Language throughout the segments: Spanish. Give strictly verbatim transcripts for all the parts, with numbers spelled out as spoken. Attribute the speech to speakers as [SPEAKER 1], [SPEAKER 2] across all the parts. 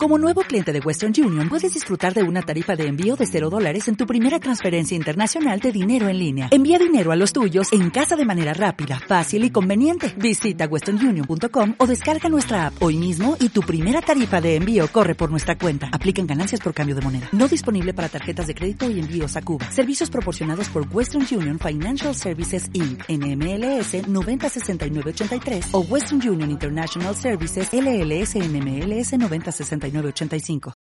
[SPEAKER 1] Como nuevo cliente de Western Union, puedes disfrutar de una tarifa de envío de cero dólares en tu primera transferencia internacional de dinero en línea. Envía dinero a los tuyos en casa de manera rápida, fácil y conveniente. Visita western union punto com o descarga nuestra app hoy mismo y tu primera tarifa de envío corre por nuestra cuenta. Aplican ganancias por cambio de moneda. No disponible para tarjetas de crédito y envíos a Cuba. Servicios proporcionados por Western Union Financial Services incorporated. N M L S noventa sesenta y nueve ochenta y tres o Western Union International Services L L S N M L S noventa sesenta y nueve ochenta y cinco.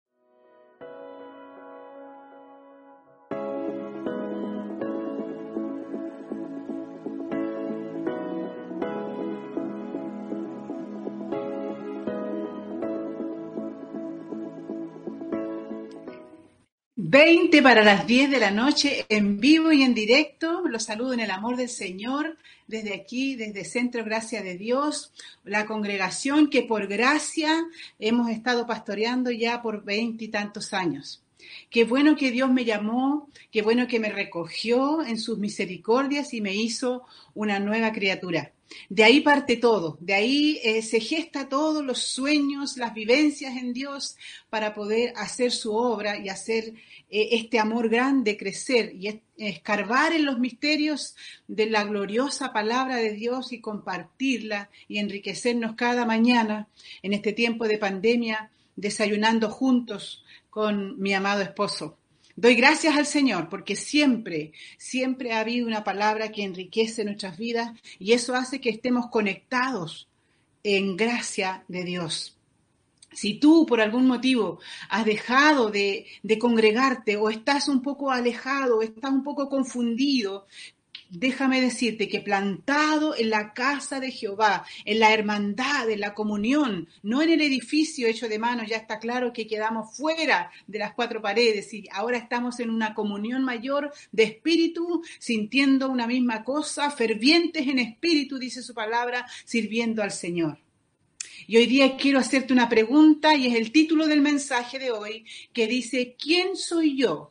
[SPEAKER 2] veinte para las diez de la noche, en vivo y en directo. Los saludo en el amor del Señor, desde aquí, desde Centro Gracia de Dios, la congregación que por gracia hemos estado pastoreando ya por veinte y tantos años. Qué bueno que Dios me llamó, qué bueno que me recogió en sus misericordias y me hizo una nueva criatura. De ahí parte todo, de ahí eh, se gesta todos los sueños, las vivencias en Dios para poder hacer su obra y hacer eh, este amor grande crecer y es, escarbar en los misterios de la gloriosa palabra de Dios y compartirla y enriquecernos cada mañana en este tiempo de pandemia, desayunando juntos con mi amado esposo. Doy gracias al Señor porque siempre, siempre ha habido una palabra que enriquece nuestras vidas y eso hace que estemos conectados en gracia de Dios. Si tú por algún motivo has dejado de, de congregarte o estás un poco alejado o estás un poco confundido, déjame decirte que plantado en la casa de Jehová, en la hermandad, en la comunión, no en el edificio hecho de manos, ya está claro que quedamos fuera de las cuatro paredes y ahora estamos en una comunión mayor de espíritu, sintiendo una misma cosa, fervientes en espíritu, dice su palabra, sirviendo al Señor. Y hoy día quiero hacerte una pregunta y es el título del mensaje de hoy que dice, ¿quién soy yo?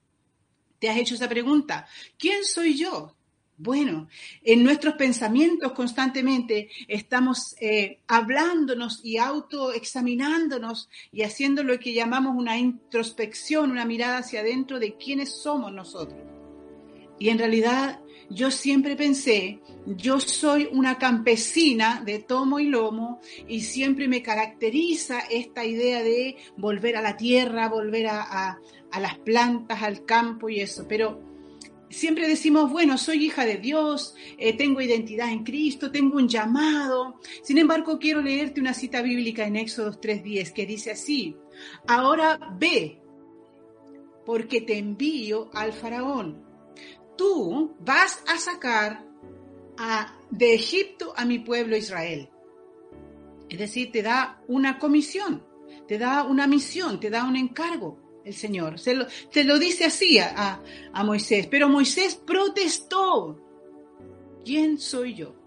[SPEAKER 2] ¿Te has hecho esa pregunta? ¿Quién soy yo? Bueno, en nuestros pensamientos constantemente estamos eh, hablándonos y autoexaminándonos y haciendo lo que llamamos una introspección, una mirada hacia adentro de quiénes somos nosotros. Y en realidad yo siempre pensé, yo soy una campesina de tomo y lomo y siempre me caracteriza esta idea de volver a la tierra, volver a, a, a las plantas, al campo y eso, pero siempre decimos, bueno, soy hija de Dios, eh, tengo identidad en Cristo, tengo un llamado. Sin embargo, quiero leerte una cita bíblica en Éxodo tres diez que dice así, ahora ve, porque te envío al faraón. Tú vas a sacar a, de Egipto a mi pueblo Israel. Es decir, te da una comisión, te da una misión, te da un encargo. El Señor, se lo, se lo dice así a, a Moisés, pero Moisés protestó, ¿quién soy yo?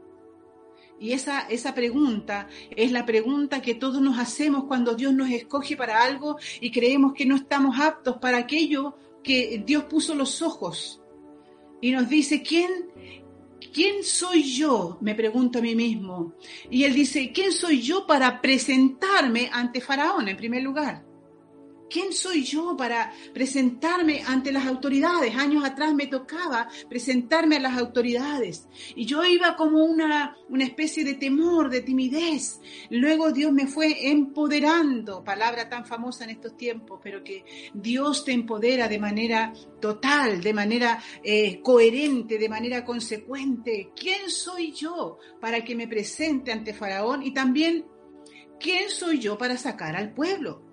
[SPEAKER 2] Y esa, esa pregunta es la pregunta que todos nos hacemos cuando Dios nos escoge para algo y creemos que no estamos aptos para aquello que Dios puso los ojos. Y nos dice, ¿quién, quién soy yo? Me pregunto a mí mismo. Y Él dice, ¿quién soy yo para presentarme ante Faraón en primer lugar? ¿Quién soy yo para presentarme ante las autoridades? Años atrás me tocaba presentarme a las autoridades y yo iba como una, una especie de temor, de timidez. Luego Dios me fue empoderando, palabra tan famosa en estos tiempos, pero que Dios te empodera de manera total, de manera eh, coherente, de manera consecuente. ¿Quién soy yo para que me presente ante Faraón? Y también, ¿quién soy yo para sacar al pueblo?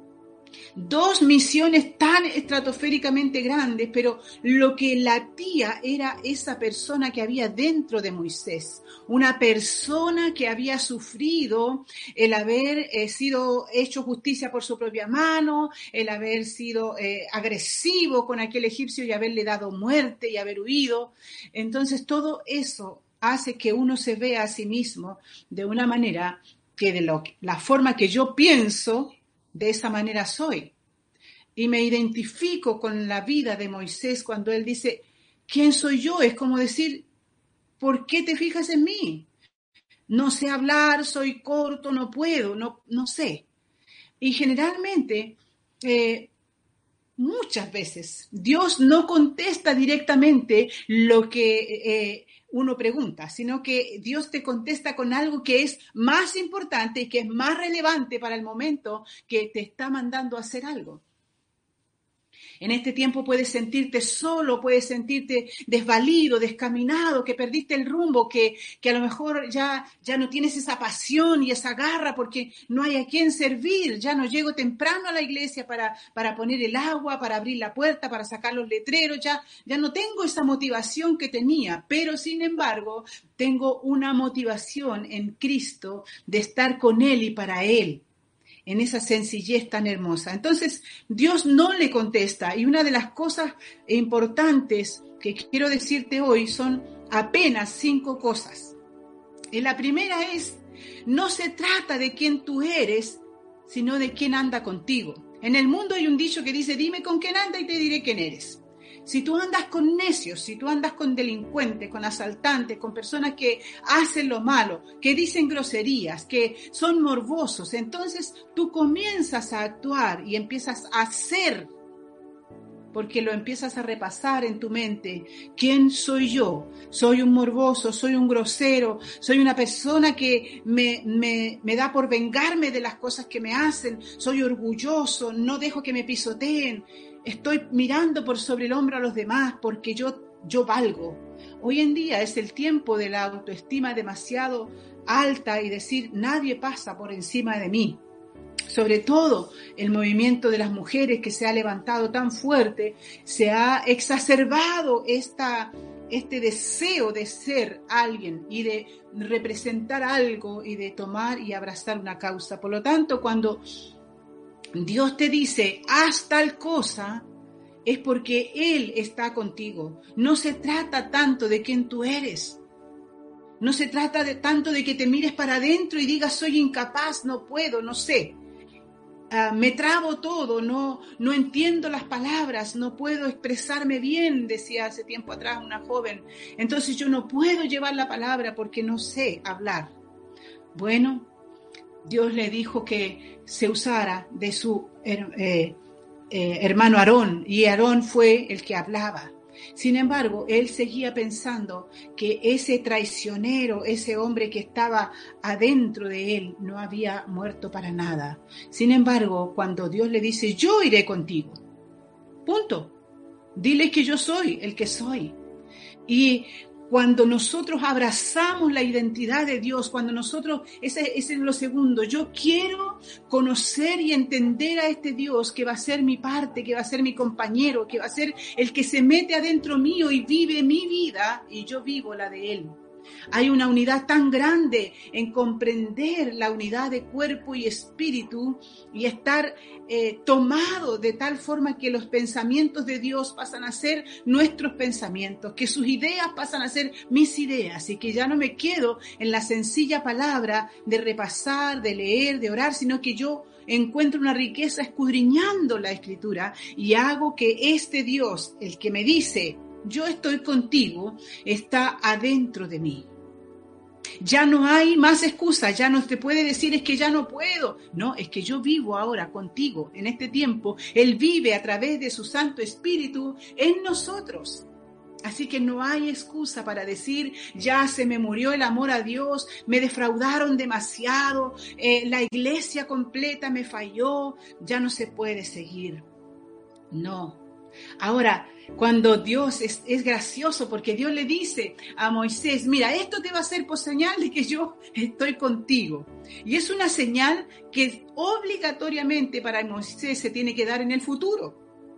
[SPEAKER 2] Dos misiones tan estratosféricamente grandes, pero lo que latía era esa persona que había dentro de Moisés, una persona que había sufrido el haber eh, sido hecho justicia por su propia mano, el haber sido eh, agresivo con aquel egipcio y haberle dado muerte y haber huido. Entonces todo eso hace que uno se vea a sí mismo de una manera que de lo, la forma que yo pienso, de esa manera soy. Y me identifico con la vida de Moisés cuando él dice, ¿quién soy yo? Es como decir, ¿por qué te fijas en mí? No sé hablar, soy corto, no puedo, no, no sé. Y generalmente, eh, muchas veces, Dios no contesta directamente lo que eh, uno pregunta, sino que Dios te contesta con algo que es más importante y que es más relevante para el momento que te está mandando a hacer algo. En este tiempo puedes sentirte solo, puedes sentirte desvalido, descaminado, que perdiste el rumbo, que, que a lo mejor ya, ya no tienes esa pasión y esa garra porque no hay a quien servir. Ya no llego temprano a la iglesia para, para poner el agua, para abrir la puerta, para sacar los letreros. Ya, ya no tengo esa motivación que tenía, pero sin embargo tengo una motivación en Cristo de estar con Él y para Él, en esa sencillez tan hermosa. Entonces, Dios no le contesta. Y una de las cosas importantes que quiero decirte hoy son apenas cinco cosas. Y la primera es, no se trata de quién tú eres, sino de quién anda contigo. En el mundo hay un dicho que dice, dime con quién anda y te diré quién eres. Si tú andas con necios, si tú andas con delincuentes, con asaltantes, con personas que hacen lo malo, que dicen groserías, que son morbosos, entonces tú comienzas a actuar y empiezas a hacer, porque lo empiezas a repasar en tu mente. ¿Quién soy yo? Soy un morboso, soy un grosero, soy una persona que me, me, me da por vengarme de las cosas que me hacen, soy orgulloso, no dejo que me pisoteen. Estoy mirando por sobre el hombro a los demás porque yo, yo valgo. Hoy en día es el tiempo de la autoestima demasiado alta y decir, nadie pasa por encima de mí. Sobre todo el movimiento de las mujeres que se ha levantado tan fuerte, se ha exacerbado esta, este deseo de ser alguien y de representar algo y de tomar y abrazar una causa. Por lo tanto, cuando Dios te dice, haz tal cosa, es porque Él está contigo. No se trata tanto de quién tú eres. No se trata de tanto de que te mires para adentro y digas, soy incapaz, no puedo, no sé. Uh, me trabo todo, no, no entiendo las palabras, no puedo expresarme bien, decía hace tiempo atrás una joven. Entonces yo no puedo llevar la palabra porque no sé hablar. Bueno, Dios le dijo que se usara de su eh, eh, hermano Aarón, y Aarón fue el que hablaba. Sin embargo, él seguía pensando que ese traicionero, ese hombre que estaba adentro de él, no había muerto para nada. Sin embargo, cuando Dios le dice, yo iré contigo, punto, dile que yo soy el que soy. Y cuando nosotros abrazamos la identidad de Dios, cuando nosotros, ese, ese es lo segundo, yo quiero conocer y entender a este Dios que va a ser mi parte, que va a ser mi compañero, que va a ser el que se mete adentro mío y vive mi vida y yo vivo la de Él. Hay una unidad tan grande en comprender la unidad de cuerpo y espíritu y estar eh, tomado de tal forma que los pensamientos de Dios pasan a ser nuestros pensamientos, que sus ideas pasan a ser mis ideas y que ya no me quedo en la sencilla palabra de repasar, de leer, de orar, sino que yo encuentro una riqueza escudriñando la Escritura y hago que este Dios, el que me dice, yo estoy contigo, está adentro de mí. Ya no hay más excusas, ya no te puede decir es que ya no puedo. No, es que yo vivo ahora contigo en este tiempo. Él vive a través de su Santo Espíritu en nosotros. Así que no hay excusa para decir, ya se me murió el amor a Dios, me defraudaron demasiado, eh, la iglesia completa me falló, ya no se puede seguir. No. Ahora, cuando Dios es, es gracioso, porque Dios le dice a Moisés, mira, esto te va a ser por señal de que yo estoy contigo. Y es una señal que obligatoriamente para Moisés se tiene que dar en el futuro.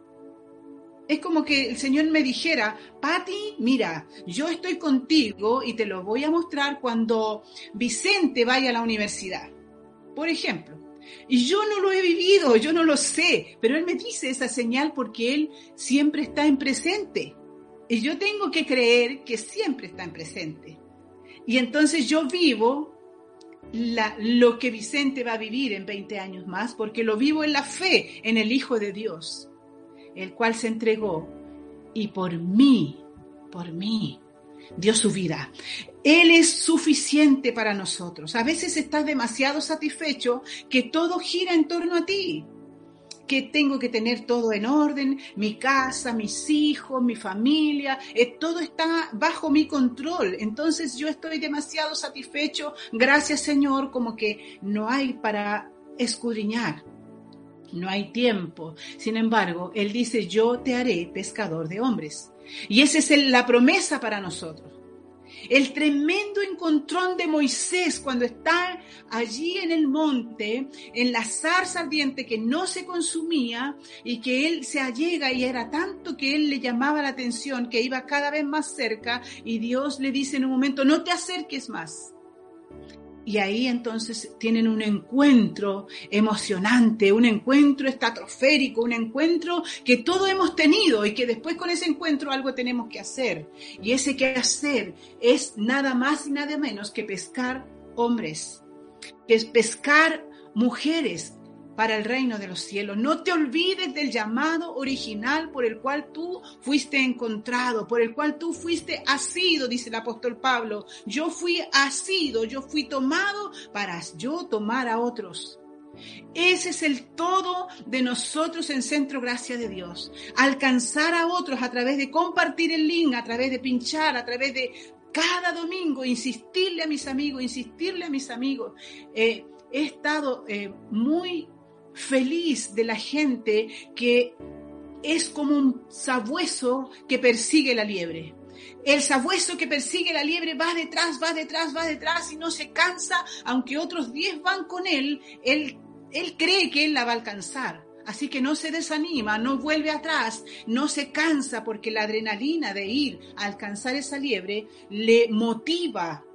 [SPEAKER 2] Es como que el Señor me dijera, Pati, mira, yo estoy contigo y te lo voy a mostrar cuando Vicente vaya a la universidad, por ejemplo. Y yo no lo he vivido, yo no lo sé, pero Él me dice esa señal porque Él siempre está en presente. Y yo tengo que creer que siempre está en presente. Y entonces yo vivo la, lo que Vicente va a vivir en veinte años más, porque lo vivo en la fe en el Hijo de Dios, el cual se entregó y por mí, por mí, dio su vida. Él es suficiente para nosotros. A veces estás demasiado satisfecho que todo gira en torno a ti, que tengo que tener todo en orden, mi casa, mis hijos, mi familia, eh, todo está bajo mi control. Entonces yo estoy demasiado satisfecho, gracias Señor, como que no hay para escudriñar, no hay tiempo. Sin embargo, Él dice, yo te haré pescador de hombres. Y esa es el, la promesa para nosotros. El tremendo encontrón de Moisés cuando está allí en el monte, en la zarza ardiente que no se consumía y que él se allega y era tanto que él le llamaba la atención que iba cada vez más cerca y Dios le dice en un momento, no te acerques más. Y ahí entonces tienen un encuentro emocionante, un encuentro estratosférico, un encuentro que todos hemos tenido y que después con ese encuentro algo tenemos que hacer. Y ese que hacer es nada más y nada menos que pescar hombres, que es pescar mujeres para el reino de los cielos. No te olvides del llamado original por el cual tú fuiste encontrado, por el cual tú fuiste asido, dice el apóstol Pablo. Yo fui asido, yo fui tomado para yo tomar a otros. Ese es el todo de nosotros en Centro Gracia de Dios. Alcanzar a otros a través de compartir el link, a través de pinchar, a través de cada domingo insistirle a mis amigos, insistirle a mis amigos. Eh, he estado eh, muy feliz de la gente que es como un sabueso que persigue la liebre. El sabueso que persigue la liebre va detrás, va detrás, va detrás y no se cansa, aunque otros diez van con él, él, él cree que él la va a alcanzar. Así que no se desanima, no vuelve atrás, no se cansa porque la adrenalina de ir a alcanzar esa liebre le motiva.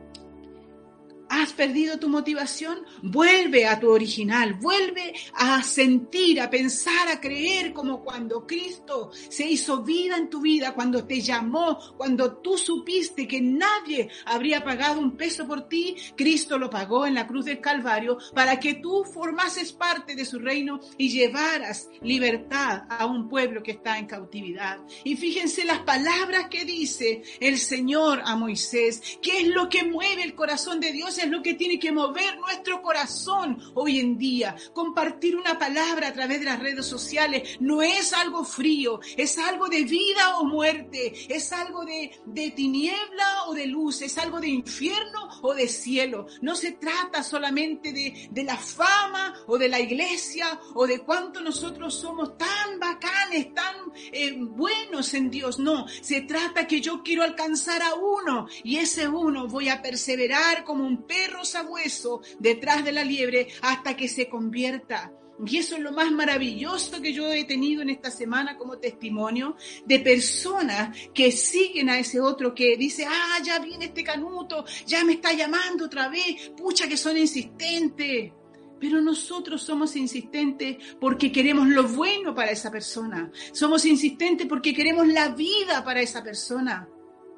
[SPEAKER 2] ¿Has perdido tu motivación? Vuelve a tu original, vuelve a sentir, a pensar, a creer como cuando Cristo se hizo vida en tu vida, cuando te llamó, cuando tú supiste que nadie habría pagado un peso por ti, Cristo lo pagó en la cruz del Calvario para que tú formases parte de su reino y llevaras libertad a un pueblo que está en cautividad. Y fíjense las palabras que dice el Señor a Moisés, ¿qué es lo que mueve el corazón de Dios? Es lo que tiene que mover nuestro corazón hoy en día. Compartir una palabra a través de las redes sociales no es algo frío, es algo de vida o muerte, es algo de, de tiniebla o de luz, es algo de infierno o de cielo. No se trata solamente de, de la fama o de la iglesia o de cuánto nosotros somos tan bacanes, tan eh, buenos en Dios. No, se trata que yo quiero alcanzar a uno y ese uno voy a perseverar como un perro sabueso detrás de la liebre hasta que se convierta. Y eso es lo más maravilloso que yo he tenido en esta semana como testimonio de personas que siguen a ese otro que dice, ah, ya viene este canuto, ya me está llamando otra vez, pucha que son insistentes. Pero nosotros somos insistentes porque queremos lo bueno para esa persona. Somos insistentes porque queremos la vida para esa persona.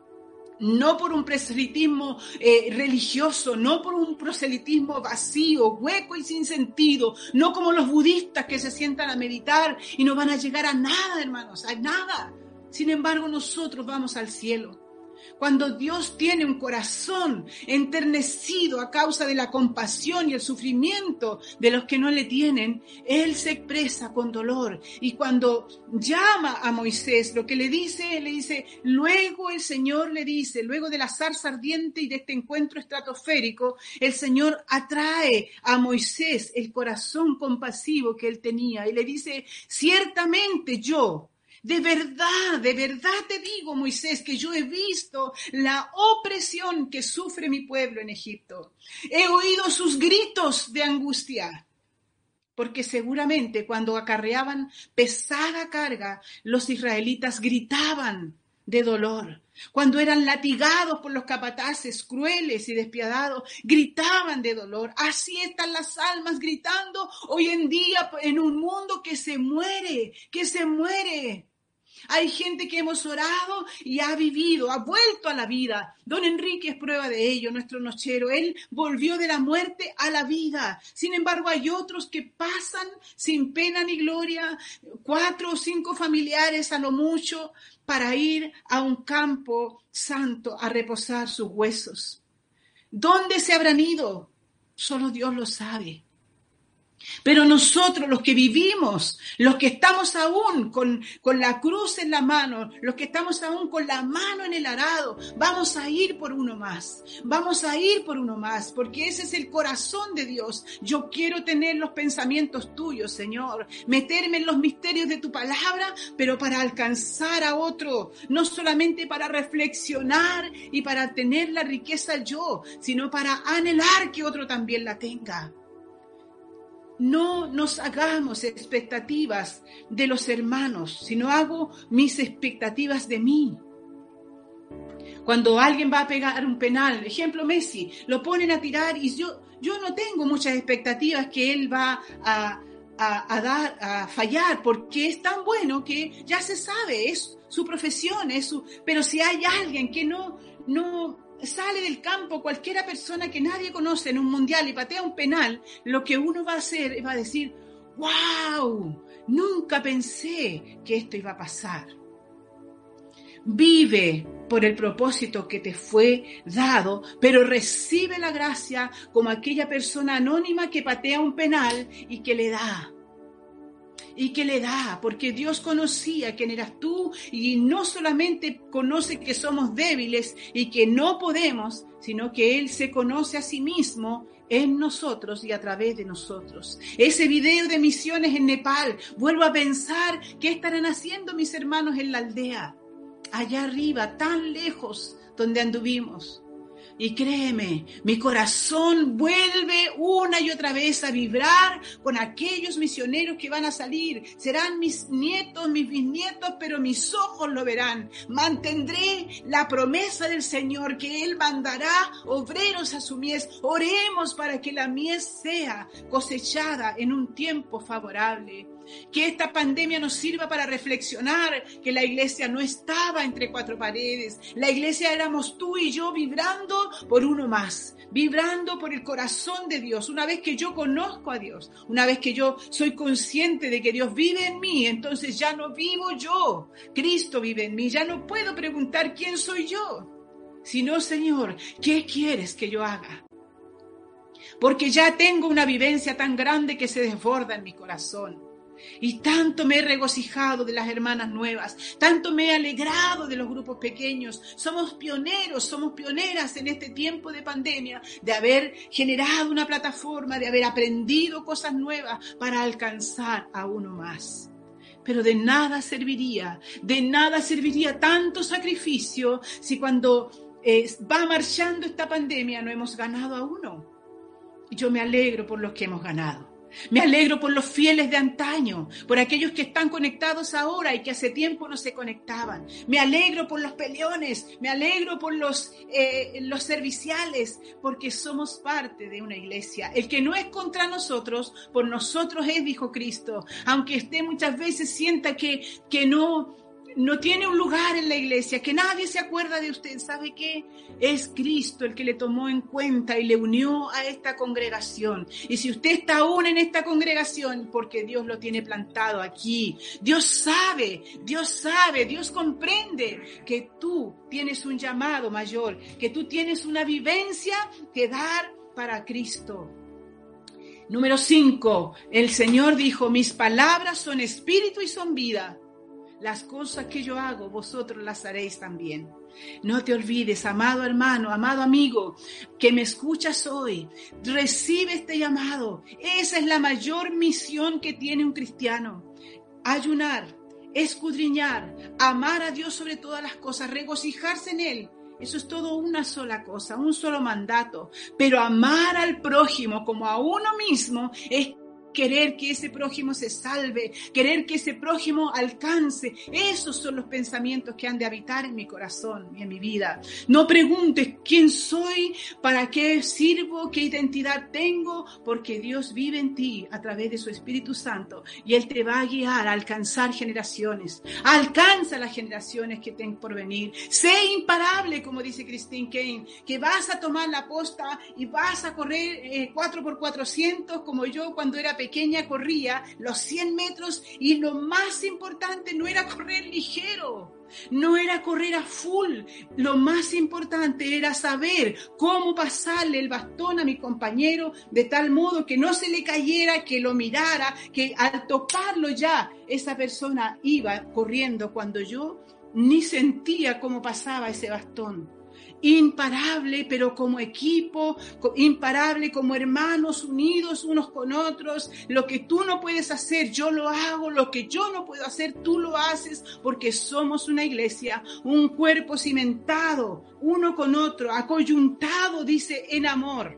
[SPEAKER 2] No por un proselitismo eh, religioso, no por un proselitismo vacío, hueco y sin sentido, no como los budistas que se sientan a meditar y no van a llegar a nada, hermanos, a nada. Sin embargo, nosotros vamos al cielo. Cuando Dios tiene un corazón enternecido a causa de la compasión y el sufrimiento de los que no le tienen, Él se expresa con dolor. Y cuando llama a Moisés, lo que le dice, le dice, luego el Señor le dice, luego de la zarza ardiente y de este encuentro estratosférico, el Señor atrae a Moisés el corazón compasivo que él tenía y le dice, ciertamente yo, De verdad, de verdad te digo, Moisés, que yo he visto la opresión que sufre mi pueblo en Egipto. He oído sus gritos de angustia, porque seguramente cuando acarreaban pesada carga, los israelitas gritaban de dolor. Cuando eran latigados por los capataces crueles y despiadados, gritaban de dolor. Así están las almas gritando hoy en día en un mundo que se muere, que se muere. Hay gente que hemos orado y ha vivido, ha vuelto a la vida. Don Enrique es prueba de ello, nuestro nochero. Él volvió de la muerte a la vida. Sin embargo, hay otros que pasan sin pena ni gloria, cuatro o cinco familiares a lo mucho, para ir a un campo santo a reposar sus huesos. ¿Dónde se habrán ido? Solo Dios lo sabe. Pero nosotros, los que vivimos, los que estamos aún con, con la cruz en la mano, los que estamos aún con la mano en el arado, vamos a ir por uno más, vamos a ir por uno más, porque ese es el corazón de Dios. Yo quiero tener los pensamientos tuyos, Señor, meterme en los misterios de tu palabra, pero para alcanzar a otro, no solamente para reflexionar y para tener la riqueza yo, sino para anhelar que otro también la tenga. No nos hagamos expectativas de los hermanos, sino hago mis expectativas de mí. Cuando alguien va a pegar un penal, ejemplo Messi, lo ponen a tirar y yo, yo no tengo muchas expectativas que él va a, a, a, dar, a fallar, porque es tan bueno que ya se sabe, es su profesión, es su, pero si hay alguien que no... no sale del campo, cualquiera persona que nadie conoce en un mundial y patea un penal, lo que uno va a hacer es va a decir, ¡wow! Nunca pensé que esto iba a pasar. Vive por el propósito que te fue dado, pero recibe la gracia como aquella persona anónima que patea un penal y que le da. Y que le da, porque Dios conocía quién eras tú y no solamente conoce que somos débiles y que no podemos, sino que Él se conoce a sí mismo en nosotros y a través de nosotros. Ese video de misiones en Nepal, vuelvo a pensar, ¿qué estarán haciendo mis hermanos en la aldea? Allá arriba, tan lejos donde anduvimos. Y créeme, mi corazón vuelve una y otra vez a vibrar con aquellos misioneros que van a salir. Serán mis nietos, mis bisnietos, pero mis ojos lo verán. Mantendré la promesa del Señor que Él mandará obreros a su mies. Oremos para que la mies sea cosechada en un tiempo favorable. Que esta pandemia nos sirva para reflexionar que la iglesia no estaba entre cuatro paredes. La iglesia éramos tú y yo vibrando por uno más, vibrando por el corazón de Dios. Una vez que yo conozco a Dios, una vez que yo soy consciente de que Dios vive en mí, entonces ya no vivo yo, Cristo vive en mí. Ya no puedo preguntar quién soy yo, sino, Señor, ¿qué quieres que yo haga? Porque ya tengo una vivencia tan grande que se desborda en mi corazón. Y tanto me he regocijado de las hermanas nuevas, tanto me he alegrado de los grupos pequeños. Somos pioneros, somos pioneras en este tiempo de pandemia, de haber generado una plataforma, de haber aprendido cosas nuevas para alcanzar a uno más. Pero de nada serviría, de nada serviría tanto sacrificio si cuando eh, va marchando esta pandemia no hemos ganado a uno. Yo me alegro por los que hemos ganado. Me alegro por los fieles de antaño, por aquellos que están conectados ahora y que hace tiempo no se conectaban. Me alegro por los peleones, me alegro por los, eh, los serviciales, porque somos parte de una iglesia. El que no es contra nosotros, por nosotros es, dijo Cristo. Aunque usted muchas veces sienta que, que no... no tiene un lugar en la iglesia, que nadie se acuerda de usted. ¿Sabe qué? Es Cristo el que le tomó en cuenta y le unió a esta congregación. Y si usted está aún en esta congregación, porque Dios lo tiene plantado aquí. Dios sabe, Dios sabe, Dios comprende que tú tienes un llamado mayor, que tú tienes una vivencia que dar para Cristo. Número cinco, el Señor dijo, mis palabras son espíritu y son vida. Las cosas que yo hago, vosotros las haréis también. No te olvides, amado hermano, amado amigo, que me escuchas hoy. Recibe este llamado. Esa es la mayor misión que tiene un cristiano. Ayunar, escudriñar, amar a Dios sobre todas las cosas, regocijarse en Él. Eso es todo una sola cosa, un solo mandato. Pero amar al prójimo como a uno mismo es querer que ese prójimo se salve, querer que ese prójimo alcance. Esos son los pensamientos que han de habitar en mi corazón y en mi vida. No preguntes quién soy, para qué sirvo, qué identidad tengo, porque Dios vive en ti a través de su Espíritu Santo y Él te va a guiar a alcanzar generaciones. Alcanza las generaciones que tengan por venir. Sé imparable, como dice Christine Kane, que vas a tomar la posta y vas a correr eh, cuatro por cuatrocientos como yo cuando era pequeña corría los cien metros, y lo más importante no era correr ligero, no era correr a full, lo más importante era saber cómo pasarle el bastón a mi compañero de tal modo que no se le cayera, que lo mirara, que al tocarlo ya esa persona iba corriendo cuando yo ni sentía cómo pasaba ese bastón. Imparable, pero como equipo, imparable como hermanos unidos unos con otros. Lo que tú no puedes hacer, yo lo hago. Lo que yo no puedo hacer, tú lo haces, porque somos una iglesia, un cuerpo cimentado uno con otro, acoyuntado, dice, en amor.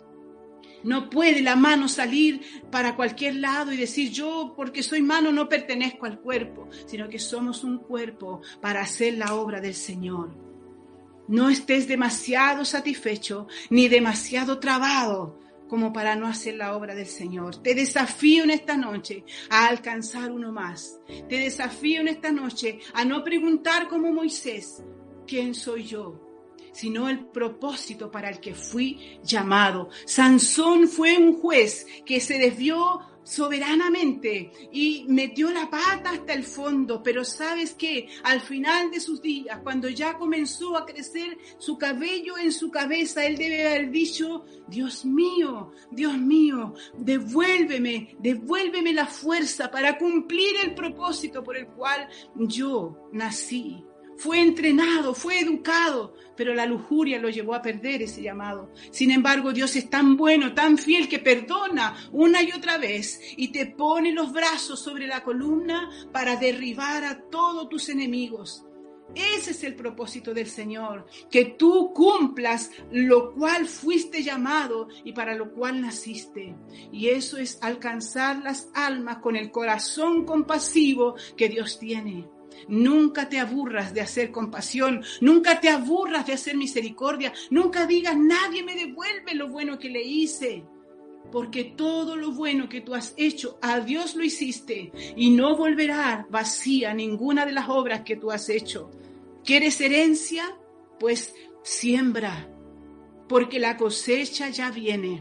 [SPEAKER 2] No puede la mano salir para cualquier lado y decir yo porque soy mano no pertenezco al cuerpo, sino que somos un cuerpo para hacer la obra del Señor. No estés demasiado satisfecho ni demasiado trabado como para no hacer la obra del Señor. Te desafío en esta noche a alcanzar uno más. Te desafío en esta noche a no preguntar como Moisés, ¿quién soy yo?, sino el propósito para el que fui llamado. Sansón fue un juez que se desvió soberanamente y metió la pata hasta el fondo, pero ¿sabes qué? Al final de sus días, cuando ya comenzó a crecer su cabello en su cabeza, él debe haber dicho, Dios mío, Dios mío, devuélveme, devuélveme la fuerza para cumplir el propósito por el cual yo nací. Fue entrenado, fue educado, pero la lujuria lo llevó a perder ese llamado. Sin embargo, Dios es tan bueno, tan fiel, que perdona una y otra vez y te pone los brazos sobre la columna para derribar a todos tus enemigos. Ese es el propósito del Señor, que tú cumplas lo cual fuiste llamado y para lo cual naciste. Y eso es alcanzar las almas con el corazón compasivo que Dios tiene. Nunca te aburras de hacer compasión, nunca te aburras de hacer misericordia, nunca digas, nadie me devuelve lo bueno que le hice, porque todo lo bueno que tú has hecho, a Dios lo hiciste y no volverá vacía ninguna de las obras que tú has hecho. ¿Quieres herencia? Pues siembra, porque la cosecha ya viene.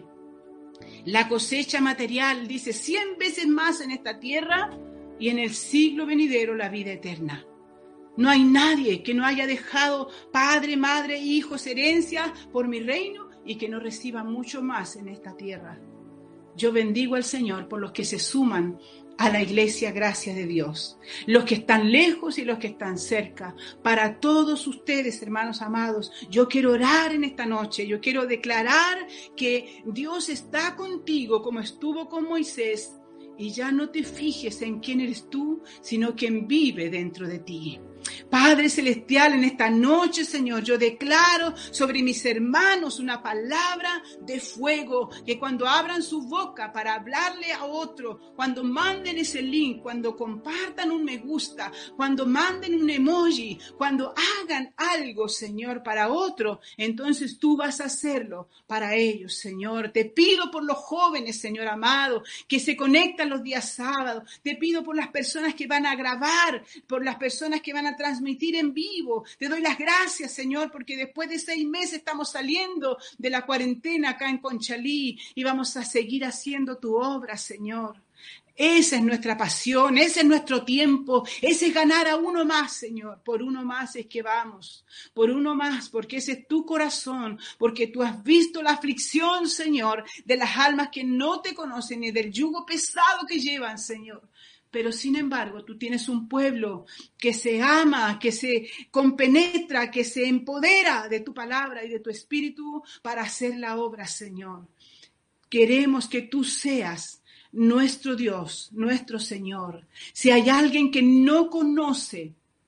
[SPEAKER 2] La cosecha material dice cien veces más en esta tierra y en el siglo venidero la vida eterna. No hay nadie que no haya dejado padre, madre, hijos, herencia por mi reino y que no reciba mucho más en esta tierra. Yo bendigo al Señor por los que se suman a la iglesia Gracia de Dios, los que están lejos y los que están cerca. Para todos ustedes, hermanos amados, yo quiero orar en esta noche, yo quiero declarar que Dios está contigo como estuvo con Moisés. Y ya no te fijes en quién eres tú, sino quien vive dentro de ti. Padre Celestial, en esta noche, Señor, yo declaro sobre mis hermanos una palabra de fuego, que cuando abran su boca para hablarle a otro, cuando manden ese link, cuando compartan un me gusta, cuando manden un emoji, cuando hagan algo, Señor, para otro, entonces tú vas a hacerlo para ellos, Señor. Te pido por los jóvenes, Señor amado, que se conectan los días sábados. Te pido por las personas que van a grabar, por las personas que van a transmitir en vivo. Te doy las gracias, Señor, porque después de seis meses estamos saliendo de la cuarentena acá en Conchalí y vamos a seguir haciendo tu obra, Señor. Esa es nuestra pasión, ese es nuestro tiempo, ese es ganar a uno más, Señor. Por uno más es que vamos, por uno más, porque ese es tu corazón, porque tú has visto la aflicción, Señor, de las almas que no te conocen y del yugo pesado que llevan, Señor. Pero sin embargo, tú tienes un pueblo que se ama, que se compenetra, que se empodera de tu palabra y de tu espíritu para hacer la obra, Señor. Queremos que tú seas nuestro Dios, nuestro Señor. Si hay alguien que no conoce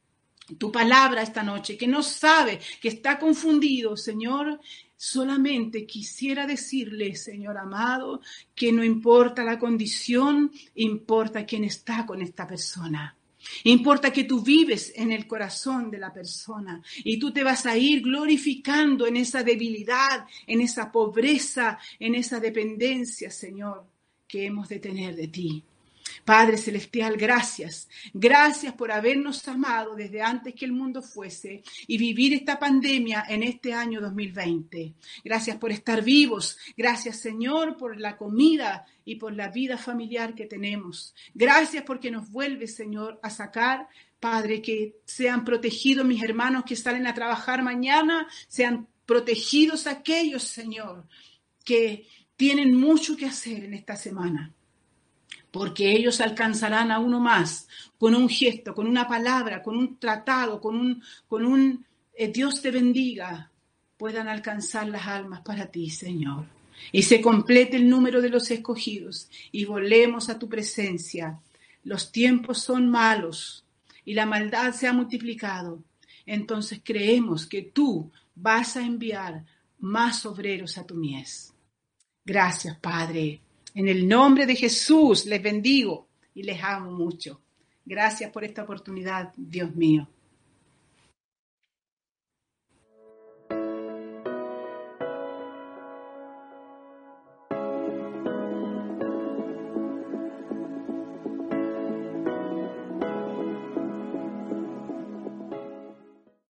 [SPEAKER 2] tu palabra esta noche, que no sabe, que está confundido, Señor, solamente quisiera decirle, Señor amado, que no importa la condición, importa quién está con esta persona. Importa que tú vives en el corazón de la persona y tú te vas a ir glorificando en esa debilidad, en esa pobreza, en esa dependencia, Señor, que hemos de tener de ti. Padre Celestial, gracias. Gracias por habernos amado desde antes que el mundo fuese y vivir esta pandemia en este año dos mil veinte. Gracias por estar vivos. Gracias, Señor, por la comida y por la vida familiar que tenemos. Gracias porque nos vuelves, Señor, a sacar, Padre, que sean protegidos mis hermanos que salen a trabajar mañana, sean protegidos aquellos, Señor, que tienen mucho que hacer en esta semana. Porque ellos alcanzarán a uno más con un gesto, con una palabra, con un tratado, con un, con un eh, Dios te bendiga, puedan alcanzar las almas para ti, Señor. Y se complete el número de los escogidos y volvemos a tu presencia. Los tiempos son malos y la maldad se ha multiplicado. Entonces creemos que tú vas a enviar más obreros a tu mies. Gracias, Padre. En el nombre de Jesús les bendigo y les amo mucho. Gracias por esta oportunidad, Dios mío.